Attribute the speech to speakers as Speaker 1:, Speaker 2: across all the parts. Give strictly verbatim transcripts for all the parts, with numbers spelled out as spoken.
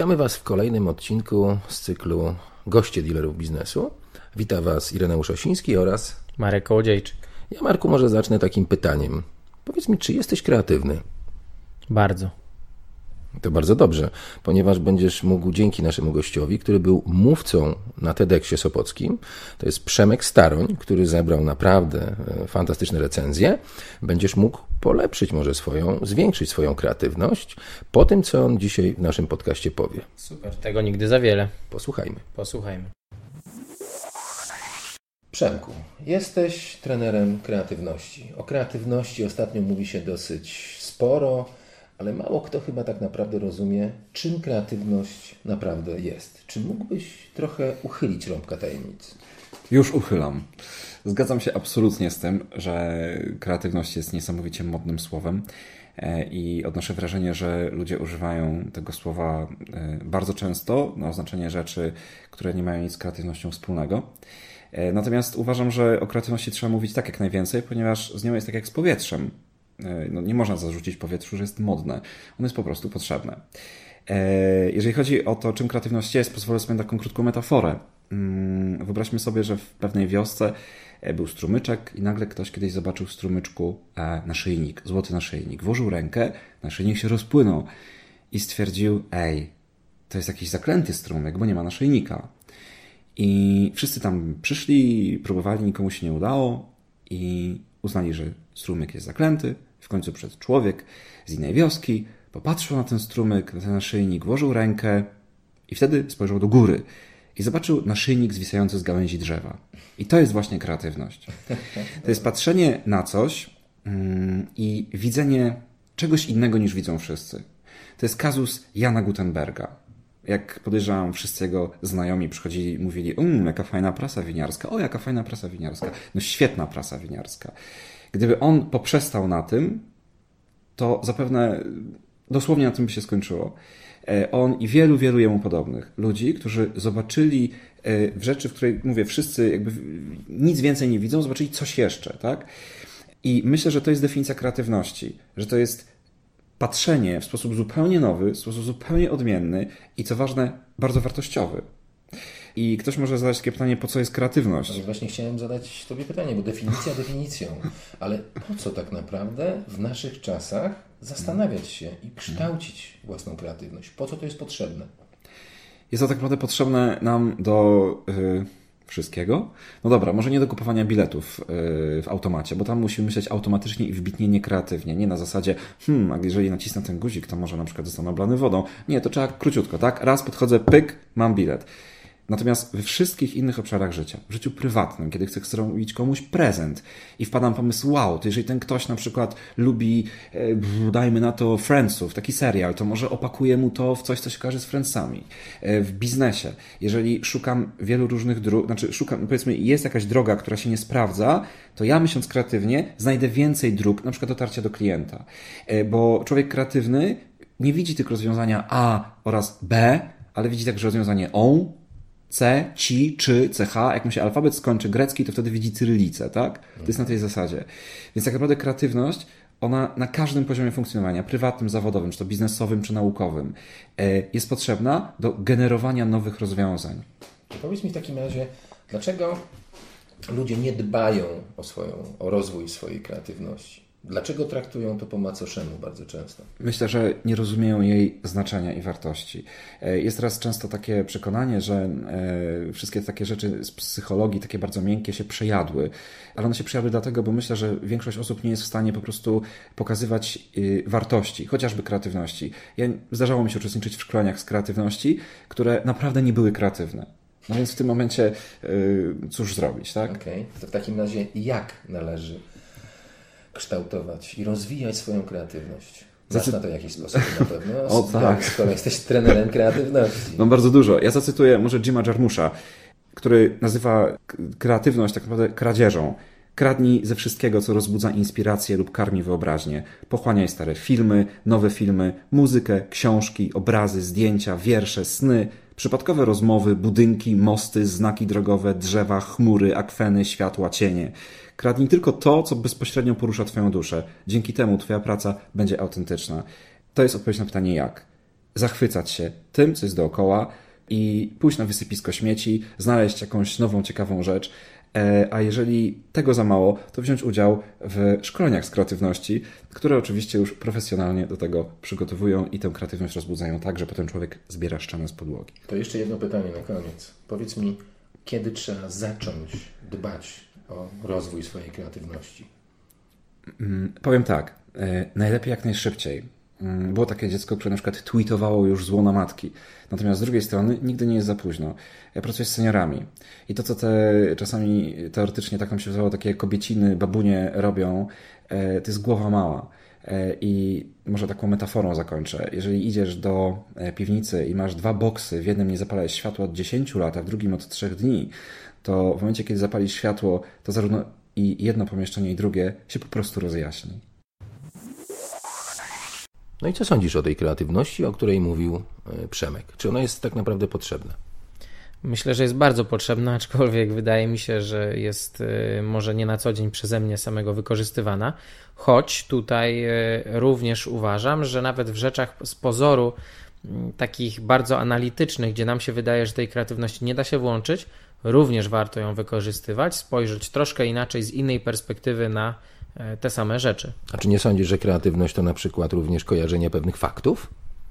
Speaker 1: Witamy Was w kolejnym odcinku z cyklu Goście dealerów biznesu. Witam Was Ireneusz Osiński oraz
Speaker 2: Marek Kołodziejczyk.
Speaker 1: Ja, Marku, może zacznę takim pytaniem. Powiedz mi, czy jesteś kreatywny?
Speaker 2: Bardzo.
Speaker 1: To bardzo dobrze, ponieważ będziesz mógł dzięki naszemu gościowi, który był mówcą na TEDxie Sopockim, to jest Przemek Staroń, który zebrał naprawdę fantastyczne recenzje, będziesz mógł polepszyć może swoją, zwiększyć swoją kreatywność po tym, co on dzisiaj w naszym podcaście powie.
Speaker 2: Super, tego nigdy za wiele.
Speaker 1: Posłuchajmy.
Speaker 2: Posłuchajmy.
Speaker 1: Przemku, jesteś trenerem kreatywności. O kreatywności ostatnio mówi się dosyć sporo, ale mało kto chyba tak naprawdę rozumie, czym kreatywność naprawdę jest. Czy mógłbyś trochę uchylić rąbka tajemnicy?
Speaker 3: Już uchylam. Zgadzam się absolutnie z tym, że kreatywność jest niesamowicie modnym słowem i odnoszę wrażenie, że ludzie używają tego słowa bardzo często na oznaczenie rzeczy, które nie mają nic z kreatywnością wspólnego. Natomiast uważam, że o kreatywności trzeba mówić tak jak najwięcej, ponieważ z nią jest tak jak z powietrzem. No, nie można zarzucić powietrzu, że jest modne. Ono jest po prostu potrzebne. Jeżeli chodzi o to, czym kreatywność jest, pozwolę sobie na taką krótką metaforę. Wyobraźmy sobie, że w pewnej wiosce był strumyczek i nagle ktoś kiedyś zobaczył w strumyczku naszyjnik, złoty naszyjnik. Włożył rękę, naszyjnik się rozpłynął i stwierdził, ej, to jest jakiś zaklęty strumyk, bo nie ma naszyjnika. I wszyscy tam przyszli, próbowali, nikomu się nie udało i uznali, że strumyk jest zaklęty. W końcu przyszedł człowiek z innej wioski, popatrzył na ten strumyk, na ten naszyjnik, włożył rękę i wtedy spojrzał do góry i zobaczył naszyjnik zwisający z gałęzi drzewa. I to jest właśnie kreatywność. To jest patrzenie na coś i widzenie czegoś innego niż widzą wszyscy. To jest kazus Jana Gutenberga. Jak podejrzewam, wszyscy jego znajomi przychodzili i mówili, um, jaka fajna prasa winiarska, o, jaka fajna prasa winiarska, no świetna prasa winiarska. Gdyby on poprzestał na tym, to zapewne dosłownie na tym by się skończyło. On i wielu, wielu jemu podobnych ludzi, którzy zobaczyli w rzeczy, w której, mówię, wszyscy jakby nic więcej nie widzą, zobaczyli coś jeszcze, tak? I myślę, że to jest definicja kreatywności, że to jest patrzenie w sposób zupełnie nowy, w sposób zupełnie odmienny i co ważne, bardzo wartościowy. I ktoś może zadać takie pytanie, po co jest kreatywność?
Speaker 1: No właśnie chciałem zadać Tobie pytanie, bo definicja definicją, ale po co tak naprawdę w naszych czasach zastanawiać się i kształcić własną kreatywność? Po co to jest potrzebne?
Speaker 3: Jest to tak naprawdę potrzebne nam do yy, wszystkiego. No dobra, może nie do kupowania biletów yy, w automacie, bo tam musimy myśleć automatycznie i wybitnie niekreatywnie. Nie na zasadzie, hmm, a jeżeli nacisnę ten guzik, to może na przykład zostanę oblany wodą. Nie, to trzeba króciutko, tak? Raz podchodzę, pyk, mam bilet. Natomiast we wszystkich innych obszarach życia, w życiu prywatnym, kiedy chcę zrobić komuś prezent i wpadam na pomysł, wow, to jeżeli ten ktoś na przykład lubi, e, dajmy na to Friendsów, taki serial, to może opakuję mu to w coś, co się kojarzy z Friendsami. E, w biznesie, jeżeli szukam wielu różnych dróg, znaczy szukam, powiedzmy, jest jakaś droga, która się nie sprawdza, to ja myśląc kreatywnie znajdę więcej dróg, na przykład dotarcia do klienta. E, bo człowiek kreatywny nie widzi tylko rozwiązania A oraz B, ale widzi także rozwiązanie on, C, ci, czy, ch, jak mu się alfabet skończy grecki, to wtedy widzi cyrylicę, tak? To jest na tej zasadzie. Więc tak naprawdę kreatywność, ona na każdym poziomie funkcjonowania, prywatnym, zawodowym, czy to biznesowym, czy naukowym, jest potrzebna do generowania nowych rozwiązań.
Speaker 1: Powiedz mi w takim razie, dlaczego ludzie nie dbają o swoją, o rozwój swojej kreatywności? Dlaczego traktują to po macoszemu bardzo często?
Speaker 3: Myślę, że nie rozumieją jej znaczenia i wartości. Jest teraz często takie przekonanie, że wszystkie takie rzeczy z psychologii, takie bardzo miękkie, się przejadły. Ale one się przejadły dlatego, bo myślę, że większość osób nie jest w stanie po prostu pokazywać wartości, chociażby kreatywności. Ja, zdarzało mi się uczestniczyć w szkoleniach z kreatywności, które naprawdę nie były kreatywne. No więc w tym momencie cóż zrobić, tak?
Speaker 1: Okej, okay. To w takim razie jak należy kształtować i rozwijać swoją kreatywność? Znasz na to jakiś sposób na pewno?
Speaker 3: O tak.
Speaker 1: Skoro jesteś trenerem kreatywności.
Speaker 3: Mam bardzo dużo. Ja zacytuję może Jima Jarmusza, który nazywa kreatywność tak naprawdę kradzieżą. Kradnij ze wszystkiego, co rozbudza inspirację lub karmi wyobraźnię. Pochłaniaj stare filmy, nowe filmy, muzykę, książki, obrazy, zdjęcia, wiersze, sny, przypadkowe rozmowy, budynki, mosty, znaki drogowe, drzewa, chmury, akweny, światła, cienie. Kradnij tylko to, co bezpośrednio porusza Twoją duszę. Dzięki temu Twoja praca będzie autentyczna. To jest odpowiedź na pytanie jak. zachwycać się tym, co jest dookoła i pójść na wysypisko śmieci, znaleźć jakąś nową, ciekawą rzecz. A jeżeli tego za mało, to wziąć udział w szkoleniach z kreatywności, które oczywiście już profesjonalnie do tego przygotowują i tę kreatywność rozbudzają tak, że potem człowiek zbiera szczenę z podłogi.
Speaker 1: To jeszcze jedno pytanie na koniec. Powiedz mi, kiedy trzeba zacząć dbać o rozwój swojej kreatywności?
Speaker 3: Hmm, powiem tak, e, najlepiej jak najszybciej. Było takie dziecko, które na przykład tweetowało już z łona matki. Natomiast z drugiej strony nigdy nie jest za późno. Ja pracuję z seniorami i to, co te czasami teoretycznie, tak nam się wydawało, takie kobieciny, babunie robią, to jest głowa mała. I może taką metaforą zakończę. Jeżeli idziesz do piwnicy i masz dwa boksy, w jednym nie zapalałeś światła od dziesięciu lat, a w drugim od trzech dni, to w momencie, kiedy zapalisz światło, to zarówno i jedno pomieszczenie, i drugie się po prostu rozjaśni.
Speaker 1: No i co sądzisz o tej kreatywności, o której mówił Przemek? Czy ona jest tak naprawdę potrzebna?
Speaker 2: Myślę, że jest bardzo potrzebna, aczkolwiek wydaje mi się, że jest może nie na co dzień przeze mnie samego wykorzystywana, choć tutaj również uważam, że nawet w rzeczach z pozoru takich bardzo analitycznych, gdzie nam się wydaje, że tej kreatywności nie da się włączyć, również warto ją wykorzystywać, spojrzeć troszkę inaczej, z innej perspektywy na te same rzeczy.
Speaker 1: A czy nie sądzisz, że kreatywność to na przykład również kojarzenie pewnych faktów?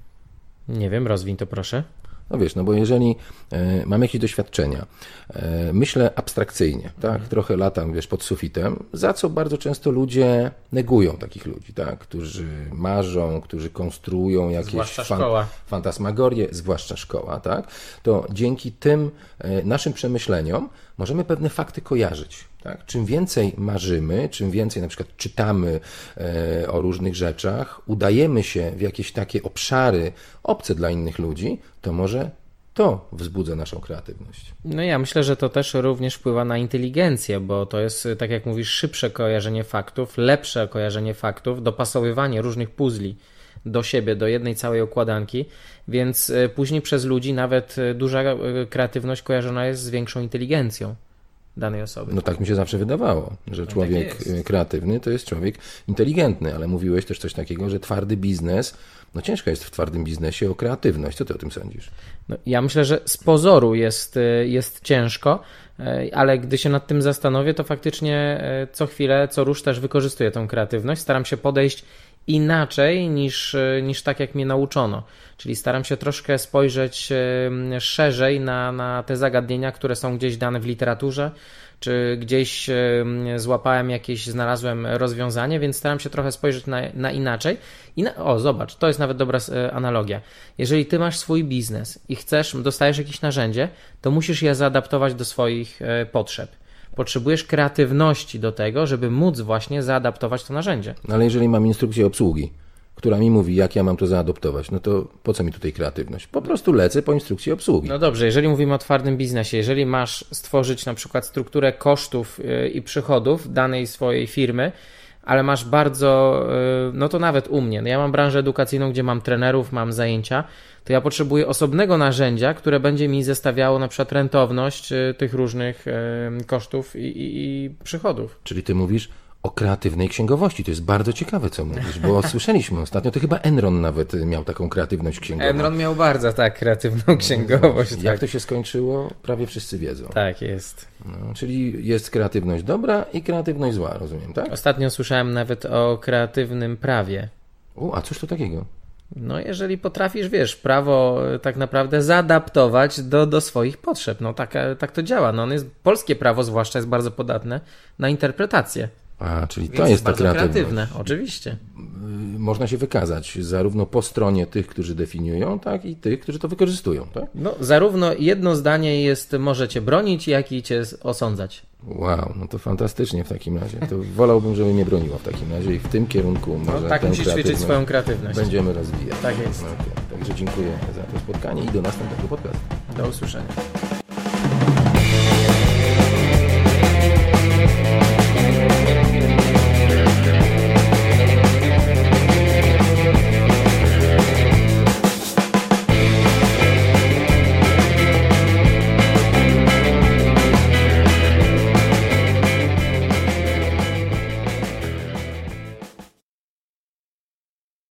Speaker 2: Nie wiem, rozwiń to proszę.
Speaker 1: No wiesz, no bo jeżeli e, mam jakieś doświadczenia, e, myślę abstrakcyjnie, tak, mhm. trochę latam, wiesz, pod sufitem, za co bardzo często ludzie negują takich ludzi, tak, którzy marzą, którzy konstruują jakieś fan, fantasmagorie, zwłaszcza szkoła, tak, to dzięki tym e, naszym przemyśleniom możemy pewne fakty kojarzyć. Tak? Czym więcej marzymy, czym więcej na przykład czytamy e, o różnych rzeczach, udajemy się w jakieś takie obszary obce dla innych ludzi, to może to wzbudza naszą kreatywność.
Speaker 2: No ja myślę, że to też również wpływa na inteligencję, bo to jest, tak jak mówisz, szybsze kojarzenie faktów, lepsze kojarzenie faktów, dopasowywanie różnych puzli do siebie, do jednej całej układanki, więc później przez ludzi nawet duża kreatywność kojarzona jest z większą inteligencją danej osoby.
Speaker 1: No tak mi się zawsze wydawało, że człowiek no tak kreatywny to jest człowiek inteligentny, ale mówiłeś też coś takiego, że twardy biznes, no ciężko jest w twardym biznesie o kreatywność. Co ty o tym sądzisz?
Speaker 2: No, ja myślę, że z pozoru jest, jest ciężko, ale gdy się nad tym zastanowię, to faktycznie co chwilę, co rusz też wykorzystuję tą kreatywność. Staram się podejść inaczej niż, niż tak, jak mnie nauczono. Czyli staram się troszkę spojrzeć szerzej na, na te zagadnienia, które są gdzieś dane w literaturze, czy gdzieś złapałem jakieś, znalazłem rozwiązanie, więc staram się trochę spojrzeć na, na inaczej. I na, o, zobacz, to jest nawet dobra analogia. Jeżeli ty masz swój biznes i chcesz, dostajesz jakieś narzędzie, to musisz je zaadaptować do swoich potrzeb. Potrzebujesz kreatywności do tego, żeby móc właśnie zaadaptować to narzędzie.
Speaker 1: No ale jeżeli mam instrukcję obsługi, która mi mówi, jak ja mam to zaadoptować, no to po co mi tutaj kreatywność? Po prostu lecę po instrukcji obsługi.
Speaker 2: No dobrze, jeżeli mówimy o twardym biznesie, jeżeli masz stworzyć na przykład strukturę kosztów i przychodów danej swojej firmy, ale masz bardzo, no to nawet u mnie, no ja mam branżę edukacyjną, gdzie mam trenerów, mam zajęcia, to ja potrzebuję osobnego narzędzia, które będzie mi zestawiało na przykład rentowność tych różnych kosztów i, i, i przychodów.
Speaker 1: Czyli ty mówisz o kreatywnej księgowości. To jest bardzo ciekawe, co mówisz, bo słyszeliśmy ostatnio, to chyba Enron nawet miał taką kreatywność księgową.
Speaker 2: Enron miał bardzo tak kreatywną księgowość.
Speaker 1: Jak
Speaker 2: tak.
Speaker 1: to się skończyło? Prawie wszyscy wiedzą.
Speaker 2: Tak jest.
Speaker 1: No, czyli jest kreatywność dobra i kreatywność zła, rozumiem, tak?
Speaker 2: Ostatnio słyszałem nawet o kreatywnym prawie.
Speaker 1: U, a cóż to takiego?
Speaker 2: No jeżeli potrafisz, wiesz, prawo tak naprawdę zaadaptować do, do swoich potrzeb. No tak, tak to działa. No on jest, polskie prawo zwłaszcza jest bardzo podatne na interpretację.
Speaker 1: A, czyli
Speaker 2: Więc
Speaker 1: to jest, jest ta
Speaker 2: kreatywność.
Speaker 1: kreatywne,
Speaker 2: oczywiście.
Speaker 1: Można się wykazać zarówno po stronie tych, którzy definiują, tak i tych, którzy to wykorzystują, tak?
Speaker 2: No, zarówno jedno zdanie jest, może cię bronić, jak i cię osądzać.
Speaker 1: Wow, no to fantastycznie w takim razie. To wolałbym, żeby mnie broniło w takim razie i w tym kierunku może
Speaker 2: no, tak musisz ćwiczyć swoją kreatywność.
Speaker 1: Będziemy rozwijać.
Speaker 2: Tak jest.
Speaker 1: Okay. Także dziękuję za to spotkanie i do następnego podcastu.
Speaker 2: Do usłyszenia.